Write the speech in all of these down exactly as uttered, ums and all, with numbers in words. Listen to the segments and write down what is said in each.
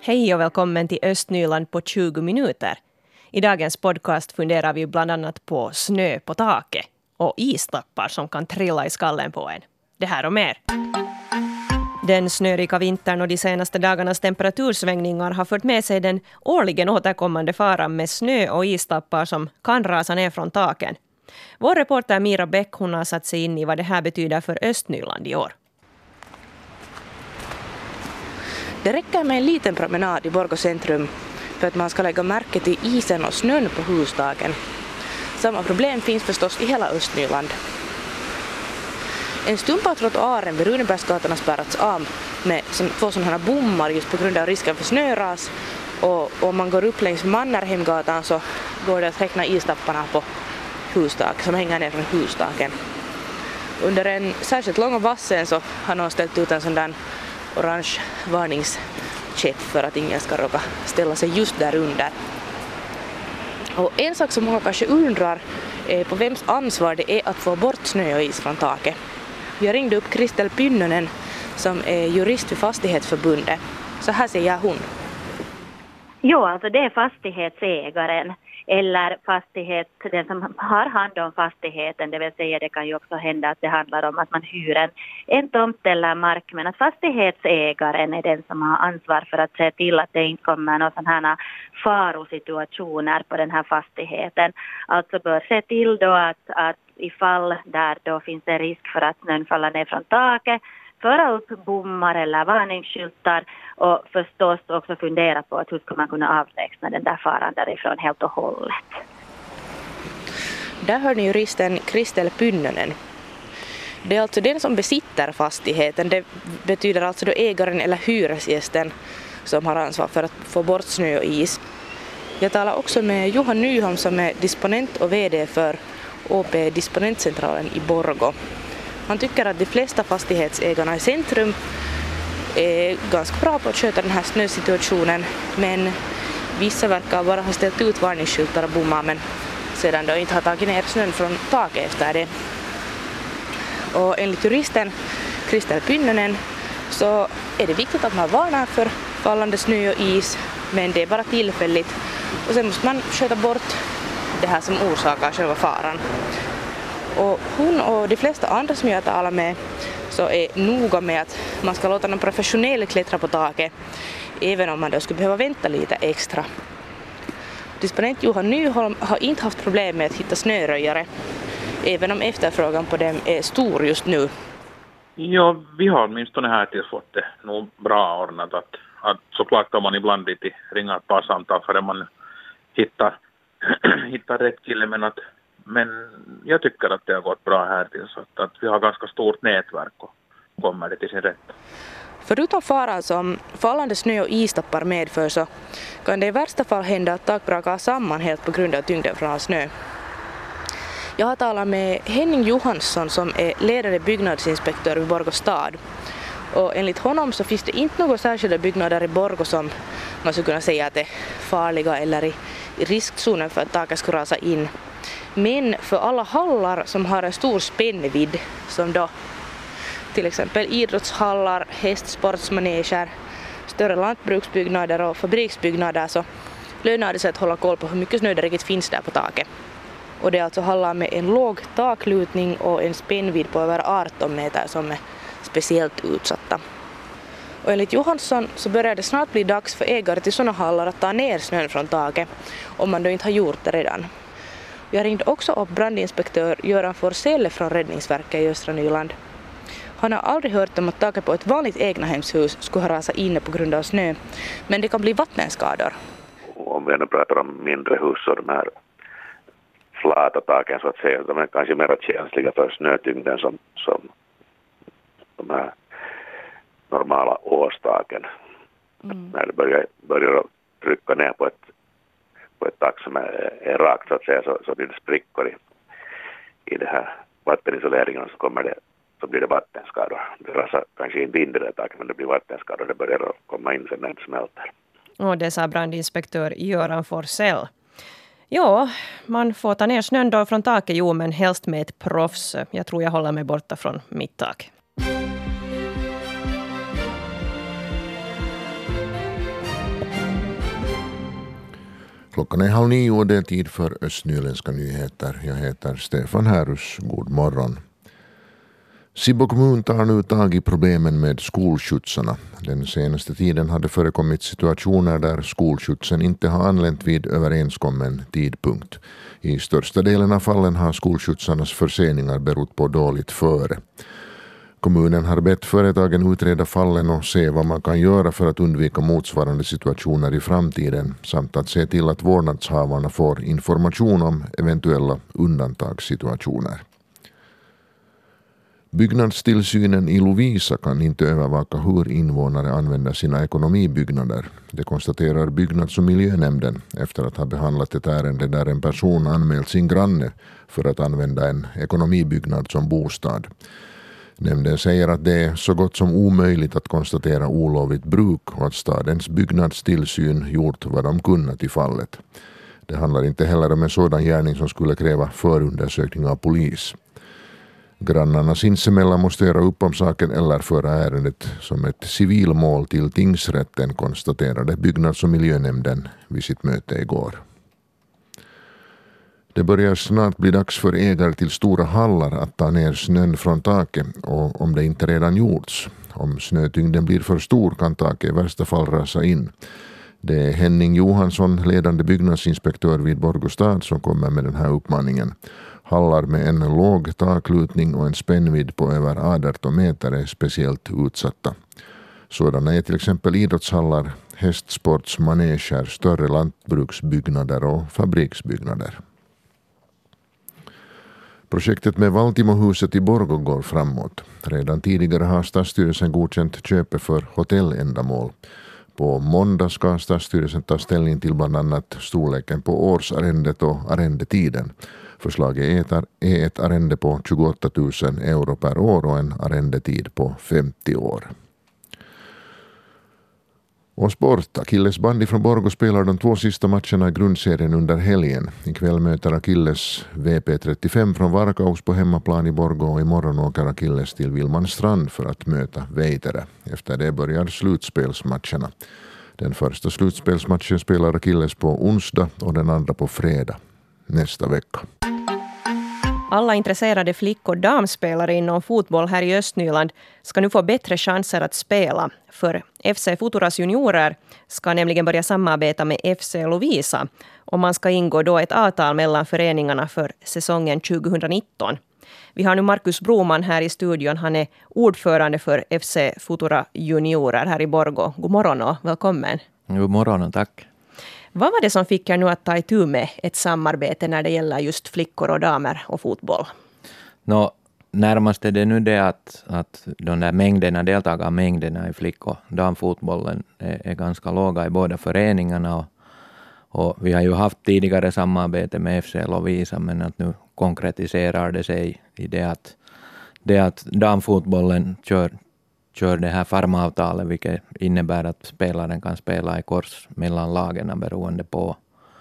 Hej och välkommen till Östnyland på tjugo minuter. I dagens podcast funderar vi bland annat på snö på taket och istappar som kan trilla i skallen på en. Det här och mer. Den snörika vintern och de senaste dagarnas temperatursvängningar har fört med sig den årligen återkommande faran med snö och istappar som kan rasa ner från taken. Vår reporter Mira Bäck hon har satt sig in i vad det här betyder för Östnyland i år. Det räcker med en liten promenad i Borgå centrum för att man ska lägga märke till isen och snön på hustaken. Samma problem finns förstås i hela Östnyland. En stump av trottoaren vid Runebergsgatan har spärrats av med två sådana här bommar just på grund av risken för snöras. Och om man går upp längs Mannerheimgatan så går det att räkna istapparna på hustak som hänger ner från hustaken. Under en särskilt lång vassen så har någon ställt ut en sån där orange varningskäpp för att ingen ska råka ställa sig just där under. Och en sak som många kanske undrar är på vems ansvar det är att få bort snö och is från taket. Jag ringde upp Kristel Pynnönen som är jurist för Fastighetsförbundet. Så här säger hon. Jo, alltså det är fastighetsägaren eller fastighet, den som har hand om fastigheten, det vill säga det kan ju också hända att det handlar om att man hyr en, en tomt eller mark, men att fastighetsägaren är den som har ansvar för att se till att det inte kommer några sådana här farosituationer på den här fastigheten. Alltså bör se till då att, att ifall där då finns det risk för att snön faller ner från taket, föra upp bommar eller varningsskyltar och förstås också fundera på att hur ska man kunna avlägsna den där faran därifrån helt och hållet. Där hör ni juristen Kristel Pynnönen. Det är alltså den som besitter fastigheten, det betyder alltså då ägaren eller hyresgästen som har ansvar för att få bort snö och is. Jag talar också med Johan Nyholm som är disponent och vd för Å P Disponentcentralen i Borgå. Han tycker att de flesta fastighetsägarna i centrum är ganska bra på att sköta den här snösituationen, men vissa verkar bara ha ställt ut varningsskyltar och bommar men sedan då inte har tagit ner snön från taket efter det. Och enligt juristen Kristel Pynnönen så är det viktigt att man varnar för fallande snö och is, men det är bara tillfälligt och sen måste man sköta bort det här som orsakar själva faran. Och hon och de flesta andra som jag talar med så är noga med att man ska låta någon professionell klättra på taket även om man då skulle behöva vänta lite extra. Disponent Johan Nyholm har inte haft problem med att hitta snöröjare även om efterfrågan på dem är stor just nu. Ja, vi har åtminstone här tills fått det nog bra ordnat att, att såklart kan man ibland lite ringa ett par samtal för att man hittar, hittar rätt kille men att Men jag tycker att det har gått bra här tills att, att vi har ganska stort nätverk och kommer det till sin rätt. Förutom faran som fallande snö och istappar medför så kan det i värsta fall hända att tak brakar samman helt på grund av tyngden från all snö. Jag har talat med Henning Johansson som är ledande byggnadsinspektör vid Borgå stad. Och enligt honom så finns det inte några särskilda byggnader i Borgå som man skulle kunna säga att är farliga eller i, i riskzonen för att taket ska rasa in. Men för alla hallar som har en stor spännvidd som då till exempel idrottshallar, hästsportsmaneger, större lantbruksbyggnader och fabriksbyggnader så lönar det sig att hålla koll på hur mycket snö det riktigt finns där på taket. Och det är alltså hallar med en låg taklutning och en spännvidd på över arton meter som är speciellt utsatta. Och enligt Johansson så börjar det snart bli dags för ägare till sådana hallar att ta ner snön från taket om man då inte har gjort det redan. Jag ringde också upp brandinspektör Göran Forsell från Räddningsverket i Östra Nyland. Han har aldrig hört om att taket på ett vanligt egnahemshus skulle ha rasat inne på grund av snö, men det kan bli vattenskador. Om vi nu pratar om mindre hus så de här flata taken så att säga, de är kanske mer känsliga för snötyngden som, som de här normala åstaken. Mm. När det börjar, börjar trycka ner på ett på ett tak som är, är rakt så att säga så, så blir det sprickor i, i det här vattenisoleringen och så kommer det så blir det vattenskador. Det rasar kanske inte in det där taket men det blir vattenskador. Det börjar komma in sen när det smälter. Och det sa brandinspektör Göran Forsell. Ja, man får ta ner snön då från taket, jo, men helst med ett proffs. Jag tror jag håller mig borta från mitt tak. Klockan är halv nio och det är tid för Östnyländska nyheter. Jag heter Stefan Härus. God morgon. Sibbo kommun tar nu tag i problemen med skolskjutsarna. Den senaste tiden hade förekommit situationer där skolskjutsen inte har anlänt vid överenskommen tidpunkt. I största delen av fallen har skolskjutsarnas förseningar berott på dåligt före. Kommunen har bett företagen utreda fallen och se vad man kan göra för att undvika motsvarande situationer i framtiden samt att se till att vårdnadshavarna får information om eventuella undantagssituationer. Byggnadstillsynen i Lovisa kan inte övervaka hur invånare använder sina ekonomibyggnader. Det konstaterar byggnads- och miljönämnden efter att ha behandlat ett ärende där en person anmält sin granne för att använda en ekonomibyggnad som bostad. Nämnden säger att det är så gott som omöjligt att konstatera olovligt bruk och att stadens byggnadstillsyn gjort vad de kunnat i fallet. Det handlar inte heller om en sådan gärning som skulle kräva förundersökning av polis. Grannarna sinsemellan måste göra upp om saken eller föra ärendet som ett civilmål till tingsrätten, konstaterade byggnads- och miljönämnden vid sitt möte igår. Det börjar snart bli dags för ägare till stora hallar att ta ner snön från taket, och om det inte redan gjorts. Om snötyngden blir för stor kan taket i värsta fall rasa in. Det är Henning Johansson, ledande byggnadsinspektör vid Borgå stad, som kommer med den här uppmaningen. Hallar med en låg taklutning och en spännvidd på över arton meter är speciellt utsatta. Sådana är till exempel idrottshallar, hästsportsmaneger, större lantbruksbyggnader och fabriksbyggnader. Projektet med Valtimohuset i Borgå går framåt. Redan tidigare har stadsstyrelsen godkänt köpet för hotelländamål. På måndag ska stadsstyrelsen ta ställning till bland annat storleken på årsarrendet och arrendetiden. Förslaget är ett arrende på tjugoåtta tusen euro per år och en arrendetid på femtio år. Och sport. Achilles bandy från Borgå spelar de två sista matcherna i grundserien under helgen. Ikväll möter Achilles V P trettiofem från Varkaus på hemmaplan i Borgå, och imorgon åker Achilles till Vilmanstrand för att möta Veitere. Efter det börjar slutspelsmatcherna. Den första slutspelsmatchen spelar Achilles på onsdag och den andra på fredag nästa vecka. Alla intresserade flick- och damspelare inom fotboll här i Östnyland ska nu få bättre chanser att spela. För F C Futuras juniorer ska nämligen börja samarbeta med F C Lovisa. Och man ska ingå då ett avtal mellan föreningarna för säsongen tjugonitton. Vi har nu Markus Broman här i studion. Han är ordförande för F C Futura juniorer här i Borgå. God morgon och välkommen. God morgon och tack. Vad var det som fick er nu att ta itu med ett samarbete när det gäller just flickor och damer och fotboll? Nå, närmast är det nu det att, att de där mängderna, deltagarmängderna i flick- och damfotbollen är, är ganska låga i båda föreningarna. Och, och vi har ju haft tidigare samarbete med F C Lovisa, men att nu konkretiserar det sig i det att, det att damfotbollen kör kör det här farmavtalet, vilket innebär att spelaren kan spela i kors mellan lagen beroende på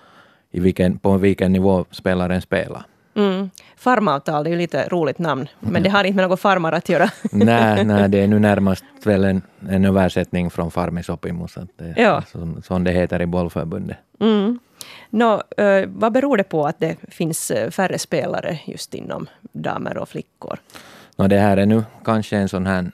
i vilken, på vilken nivå spelaren spelar. Mm. Farmavtal, det är ju lite roligt namn, men det har inte med någon farmar att göra. nej, nej, det är nu närmast väl en, en översättning från farmisopimus, att det, ja. som, som det heter i bollförbundet. Mm. Nå, uh, vad beror det på att det finns färre spelare just inom damer och flickor? Nå, det här är nu kanske en sån här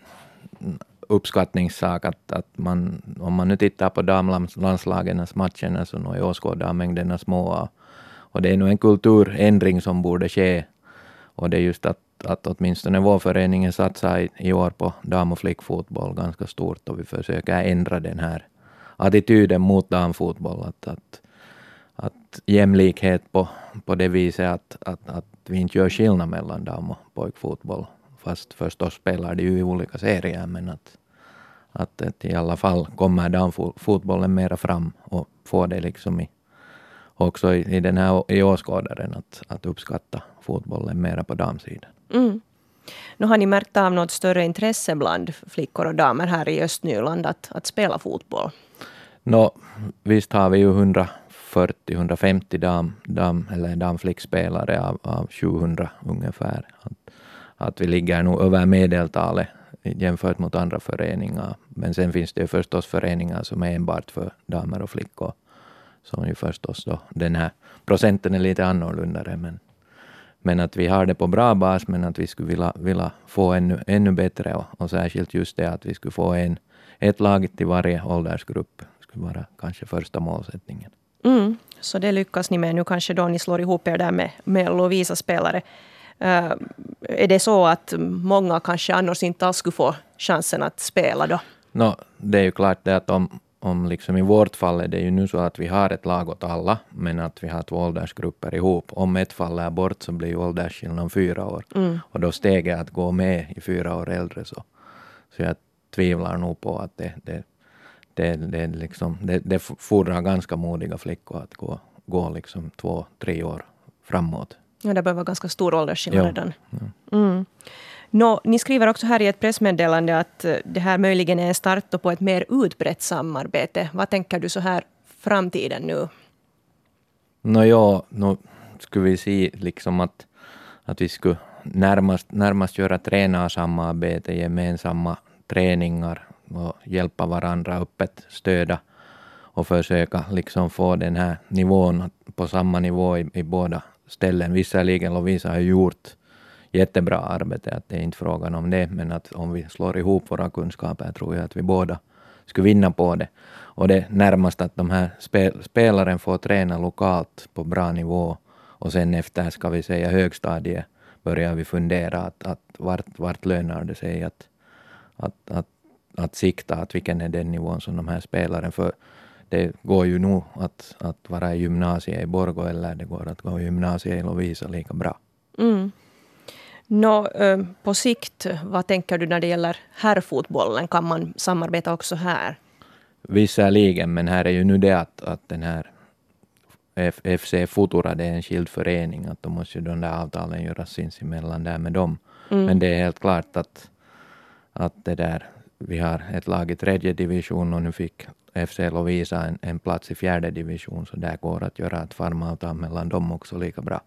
uppskattningssak att, att man, om man nu tittar på damlandslagens matcherna så är åskådarmängderna små, och det är nog en kulturändring som borde ske, och det är just att, att åtminstone vår föreningen satsar i, i år på dam- och flickfotboll ganska stort, och vi försöker ändra den här attityden mot damfotboll, att, att, att jämlikhet på, på det viset att, att, att vi inte gör skillnad mellan dam- och pojkfotboll. Fast förstås spelar det ju i olika serier, men att, att, att i alla fall kommer damfotbollen mera fram och får det liksom i, också i, i den här i åskådaren att, att uppskatta fotbollen mera på damsidan. Mm. Nu har ni märkt av något större intresse bland flickor och damer här i Östnyland att, att spela fotboll? Nå, visst har vi ju hundrafyrtio till hundrafemtio dam, dam, eller damflickspelare av, av sjuhundra ungefär. Att, att vi ligger nog över medeltalet jämfört mot andra föreningar. Men sen finns det ju förstås föreningar som är enbart för damer och flickor. som ju förstås då den här procenten är lite annorlunda, men, men att vi har det på bra bas, men att vi skulle vilja, vilja få ännu, ännu bättre och, och särskilt just det att vi skulle få en, ett lag till varje åldersgrupp skulle vara kanske första målsättningen. Mm, så det lyckas ni med nu kanske då ni slår ihop er där med, med Lovisa-spelare. Uh, är det så att många kanske annars inte alls skulle få chansen att spela då? No, det är ju klart det att om, om liksom i vårt fall är det ju nu så att vi har ett lag åt alla, men att vi har två åldersgrupper ihop. Om ett fall är bort så blir ju åldersskillnaden fyra år. Mm. Och då steget att gå med i fyra år äldre så. Så jag tvivlar nog på att det, det, det, det, liksom, det, det fordrar ganska modiga flickor att gå, gå liksom två, tre år framåt. Ja, det behöver vara ganska stor åldersskillnad redan. Ja. Mm. Nå, ni skriver också här i ett pressmeddelande att det här möjligen är en start på ett mer utbrett samarbete. Vad tänker du så här framtiden nu? Nå, ja, nu skulle vi se liksom att, att vi skulle närmast, närmast göra tränarsamarbete, gemensamma träningar och hjälpa varandra öppet, stöda och försöka liksom få den här nivån på samma nivå i, i båda ställen. Visserligen Lovisa har gjort jättebra arbete, att det är inte frågan om det, men att om vi slår ihop våra kunskaper tror jag att vi båda skulle vinna på det. Och det närmast att de här spel, spelaren får träna lokalt på bra nivå och sen efter ska vi säga högstadiet börjar vi fundera att, att vart, vart lönar det sig att, att, att, att sikta, att vilken är den nivån som de här spelaren för. Det går ju nog att, att vara i gymnasiet i Borgå eller det går att gå i gymnasiet i Lovisa lika bra. Mm. Nå, på sikt, vad tänker du när det gäller herrfotbollen? Kan man samarbeta också här? Visserligen, men här är ju nu det att, att den här F- F C Futura, det är en skild förening, att då måste ju de där avtalen göras sinsemellan där med dem. Mm. Men det är helt klart att, att det där, vi har ett lag i tredje division och nu fick F C Lovisa en, en plats i fjärde division, så där går att göra ett farmavtal mellan dem också lika bra.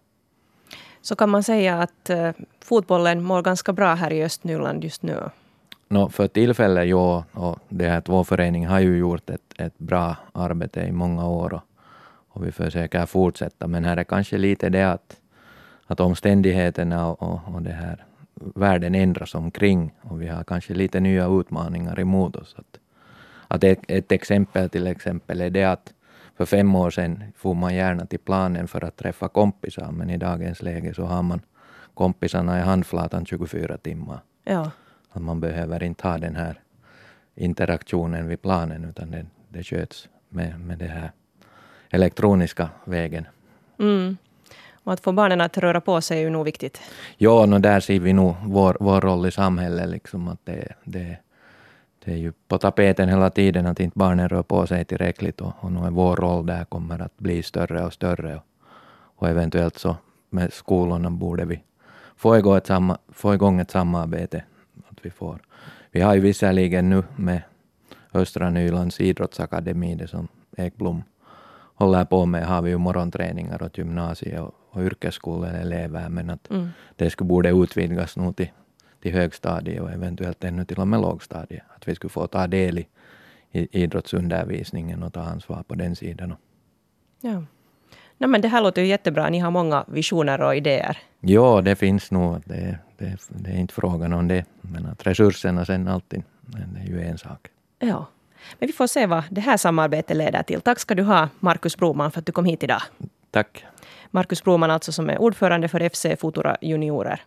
Så kan man säga att uh, fotbollen mår ganska bra här i Östnyland just nu? No, för tillfället, ja. Och det här två föreningar har ju gjort ett, ett bra arbete i många år och, och vi försöker fortsätta. Men här är kanske lite det att, att omständigheterna och, och, och det här världen ändras omkring och vi har kanske lite nya utmaningar emot oss. Att, att ett, ett exempel till exempel är det att för fem år sedan får man gärna till planen för att träffa kompisar, men i dagens läge så har man kompisarna i handflatan tjugofyra timmar. Ja. Att man behöver inte ha den här interaktionen vid planen, utan det, det sköts med, med det här elektroniska vägen. Mm. Och att få barnen att röra på sig är ju nog viktigt. Ja, och där ser vi nog vår, vår roll i samhället, liksom att det, det, det är ju på tapeten hela tiden att inte barnen rör på sig tillräckligt och, och nu är vår roll där kommer att bli större och större och, och eventuellt så med skolorna borde vi få igång ett, samma, få igång ett samarbete. Att vi, får. vi har ju visserligen nu med Östra Nylands idrottsakademi, det som Ekblom håller på med, har vi ju morgonträningar åt gymnasiet och, och yrkesskoleelever, men att mm. det skulle borde utvidgas nog till, till högstadiet och eventuellt ännu till och med lågstadiet. Att vi skulle få ta del i, i idrottsundervisningen och ta ansvar på den sidan. Ja. Nej, men det här låter ju jättebra. Ni har många visioner och idéer. Ja, det finns nog. Det, det, det är inte frågan om det. Men att resurserna sen alltid, det är ju en sak. Ja, men vi får se vad det här samarbetet leder till. Tack ska du ha, Markus Broman, för att du kom hit idag. Tack. Markus Broman alltså, som är ordförande för F C Futura juniorer.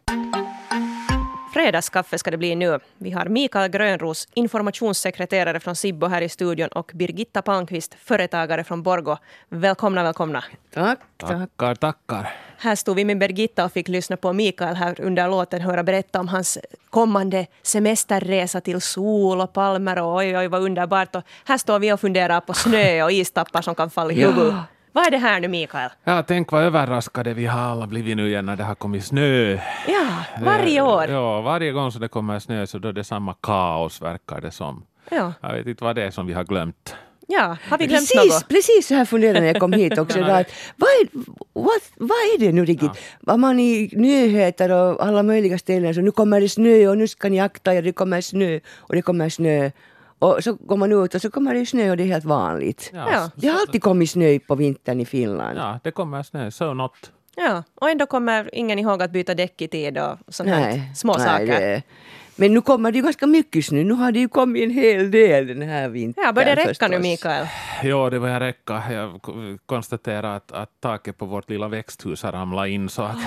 Fredagskaffe ska det bli nu. Vi har Mikael Grönros, informationssekreterare från Sibbo här i studion, och Birgitta Palmqvist, företagare från Borgå. Välkomna, välkomna. Tack, tackar, tackar. Här stod vi med Birgitta och fick lyssna på Mikael här under låten, höra berätta om hans kommande semesterresa till sol och palmer och oj, oj, vad underbart. Och här står vi och funderar på snö och istappar som kan falla i huvudet. Ja. Vad är det här nu, Mikael? Ja, tänk vad överraskade vi har alla blivit nu igen när det har kommit snö. Ja, varje år. Ja, varje gång som det kommer snö så då är det samma kaos, verkar det som. Ja. Jag vet inte vad det är som vi har glömt. Ja, har vi glömt precis, något? Precis så här funderade när jag kom hit också. Där, att, vad, är, vad, vad är det nu riktigt? Ja. Var man i nyheter och alla möjliga ställen så nu kommer det snö och nu ska ni akta er, det kommer snö och det kommer snö. Och så går man ut och så kommer det snö och det är helt vanligt. Ja, Ja. Det har alltid kommit snö på vintern i Finland. Ja, det kommer snö. Så något. Ja, och ändå kommer ingen ihåg att byta däck i tid och sånt här små nej, saker. det, men nu kommer det ju ganska mycket snö. Nu har det ju kommit en hel del den här vintern. Ja, börjar det räcka förstås. nu, Mikael? Ja, det börjar räcka. Jag konstaterar att, att taket på vårt lilla växthus har ramlat in. Så att,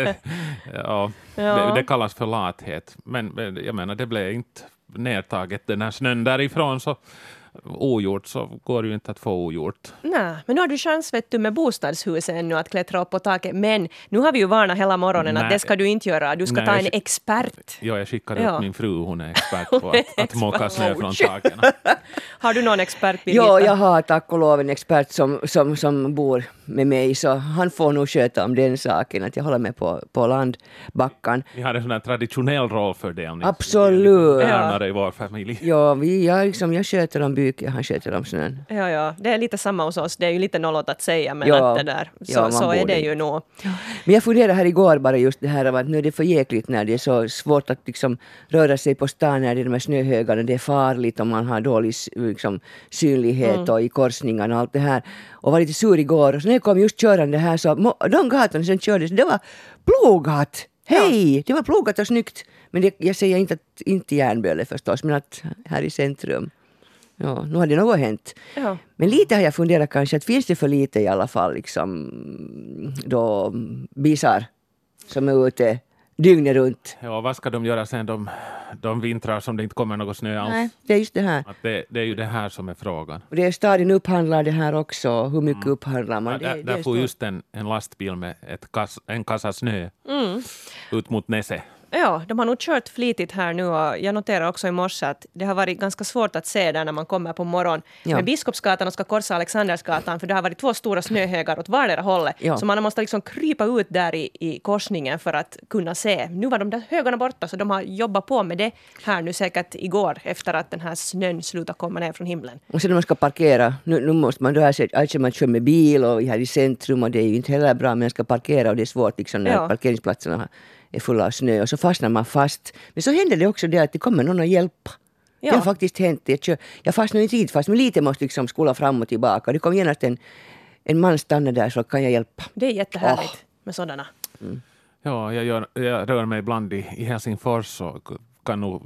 ja, Ja. det, det kallas för lathet. Men men jag menar, det blev inte nedtaget den här snön därifrån. Så ogjort så går det ju inte att få ogjort. Nej, men nu har du chans vet du, med bostadshuset ännu att klättra upp på taket. Men nu har vi ju varnat hela morgonen att Nej. det ska du inte göra. Du ska Nej, ta en jag- expert. Ja, jag skickade Ja. upp min fru. Hon är expert Hon på är att, att mocka snö från taken. Har du någon expert, Birgitta? Ja, jag har tack och lov en expert som, som, som bor med mig, så han får nog sköta om den saken, att jag håller med på, på landbackan. Vi har en sån här traditionell rollfördelning. Absolut. Värnare i vår familj. Ja, vi, jag, liksom, jag sköter om byken, han sköter om snön. Ja, ja, det är lite samma hos oss. Det är ju lite nollot att säga, men Ja. att det där, så, Ja, man så är borde det inte. ju nog. Men jag funderade här igår bara just det här av att nu är det för jäkligt när det är så svårt att liksom röra sig på stan när det är de här snöhögarna. Det är farligt om man har dålig liksom, synlighet Mm. och i korsningarna och allt det här. Och var lite sur igår och så när jag kom just körande här så må- de gatorna sen kördes, det var plogat. Hej! Det var plogat och snyggt. Men det, jag säger inte att inte Järnböle förstås, men att här i centrum. Ja, nu har det något hänt. Ja. Men lite har jag funderat kanske att finns det för lite i alla fall liksom då bisar som är ute dygnet runt. Ja, vad ska de göra sen de, de vintrar som det inte kommer någon snö alls? Nej, det är just det här. Att det, det är ju det här som är frågan. Och det är staden upphandlar det här också. Hur mycket upphandlar man? Ja, Det, där det där är får stort. just en, en lastbil med ett kass, en kassa snö Mm. ut mot Näse. Ja, de har nog kört flitigt här nu och jag noterar också i morse att det har varit ganska svårt att se där när man kommer på morgon. Ja. Men Biskopsgatan och ska korsa Alexandersgatan för det har varit två stora snöhögar åt vardera hållet. Ja. Så man måste liksom krypa ut där i, i korsningen för att kunna se. Nu var de där högarna borta så de har jobbat på med det här nu säkert igår efter att den här snön slutade komma ner från himlen. Och sen när man ska parkera, nu, nu måste man då här se, alltså man kör med bil och här i centrum och det är ju inte heller bra, men man ska parkera och det är svårt liksom när Ja. parkeringsplatserna har- är fulla av snö och så fastnar man fast. Men så händer det också det att det kommer någon att hjälpa. Det Ja. har faktiskt hänt. Jag, kör, jag fastnade inte riktigt fast, men lite måste liksom skola fram och tillbaka. Det kom genast en, en man stanna där så kan jag hjälpa. Det är jättehärligt med sådana. Ja, jag, gör, jag rör mig ibland i, i Helsingfors och kan nog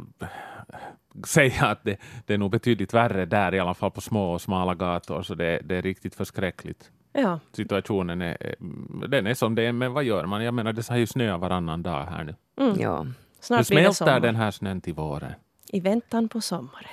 säga att det, det är nog betydligt värre där, i alla fall på små och smala gator, så det, det är riktigt förskräckligt. Ja. Situationen är, den är som det är, men vad gör man? Jag menar, det har ju snö varannan dag här nu. Mm. Ja. Nu Snart blir det smälter sommar. den här snön till våren. I väntan på sommaren.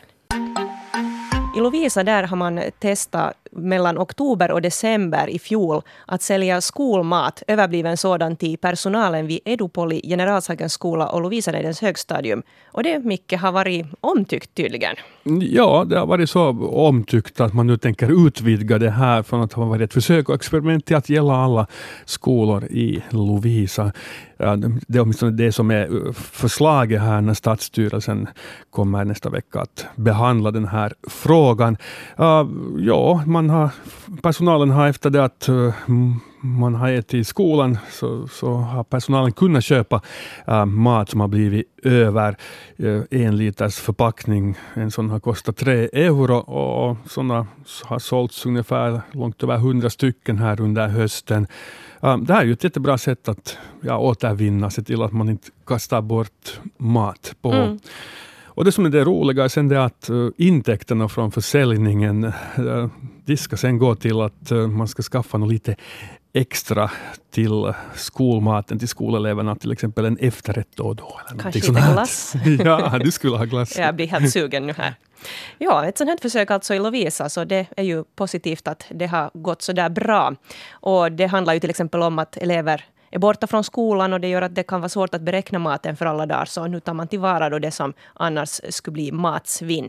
I Lovisa där har man testat mellan oktober och december i fjol att sälja skolmat, överbliven sådan, till personalen vid Edupoli, Generalshagens skola och Lovisanedens högstadium. Och det mycket har varit omtyckt tydligen. Ja, det har varit så omtyckt att man nu tänker utvidga det här från att ha varit ett försök och experiment till att gälla alla skolor i Lovisa. Ja, det är åtminstone det som är förslaget här när stadsstyrelsen kommer nästa vecka att behandla den här frågan. Uh, ja, man har, personalen har efter det att uh, man har ätit i skolan så, så har personalen kunnat köpa uh, mat som har blivit över uh, en liters förpackning. En sån har kostat tre euro och sådana har sålts ungefär långt över hundra stycken här under hösten. Uh, det här är ju ett jättebra sätt att ja, återvinna, se till att man inte kastar bort mat på. Mm. Och det som är det roliga är sen det att uh, intäkterna från försäljningen uh, de ska sen gå till att uh, man ska skaffa något lite extra till skolmaten, till skoleleverna, till exempel en efterrätt då och då. Eller Kanske sånt lite här. glass. Ja, du skulle ha glass. Jag blir helt sugen nu här. Ja, ett sånt här försök alltså i Lovisa, så det är ju positivt att det har gått så där bra. Och det handlar ju till exempel om att elever är borta från skolan och det gör att det kan vara svårt att beräkna maten för alla dagar. Så nu tar man tillvara då det som annars skulle bli matsvinn.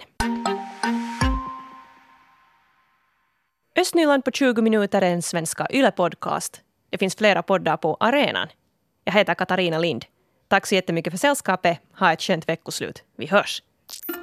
Östnyland på tjugo minuter är en svenska Yle-podcast. Det finns flera poddar på arenan. Jag heter Katarina Lind. Tack så jättemycket för sällskapet. Ha ett skönt veckoslut. Vi hörs!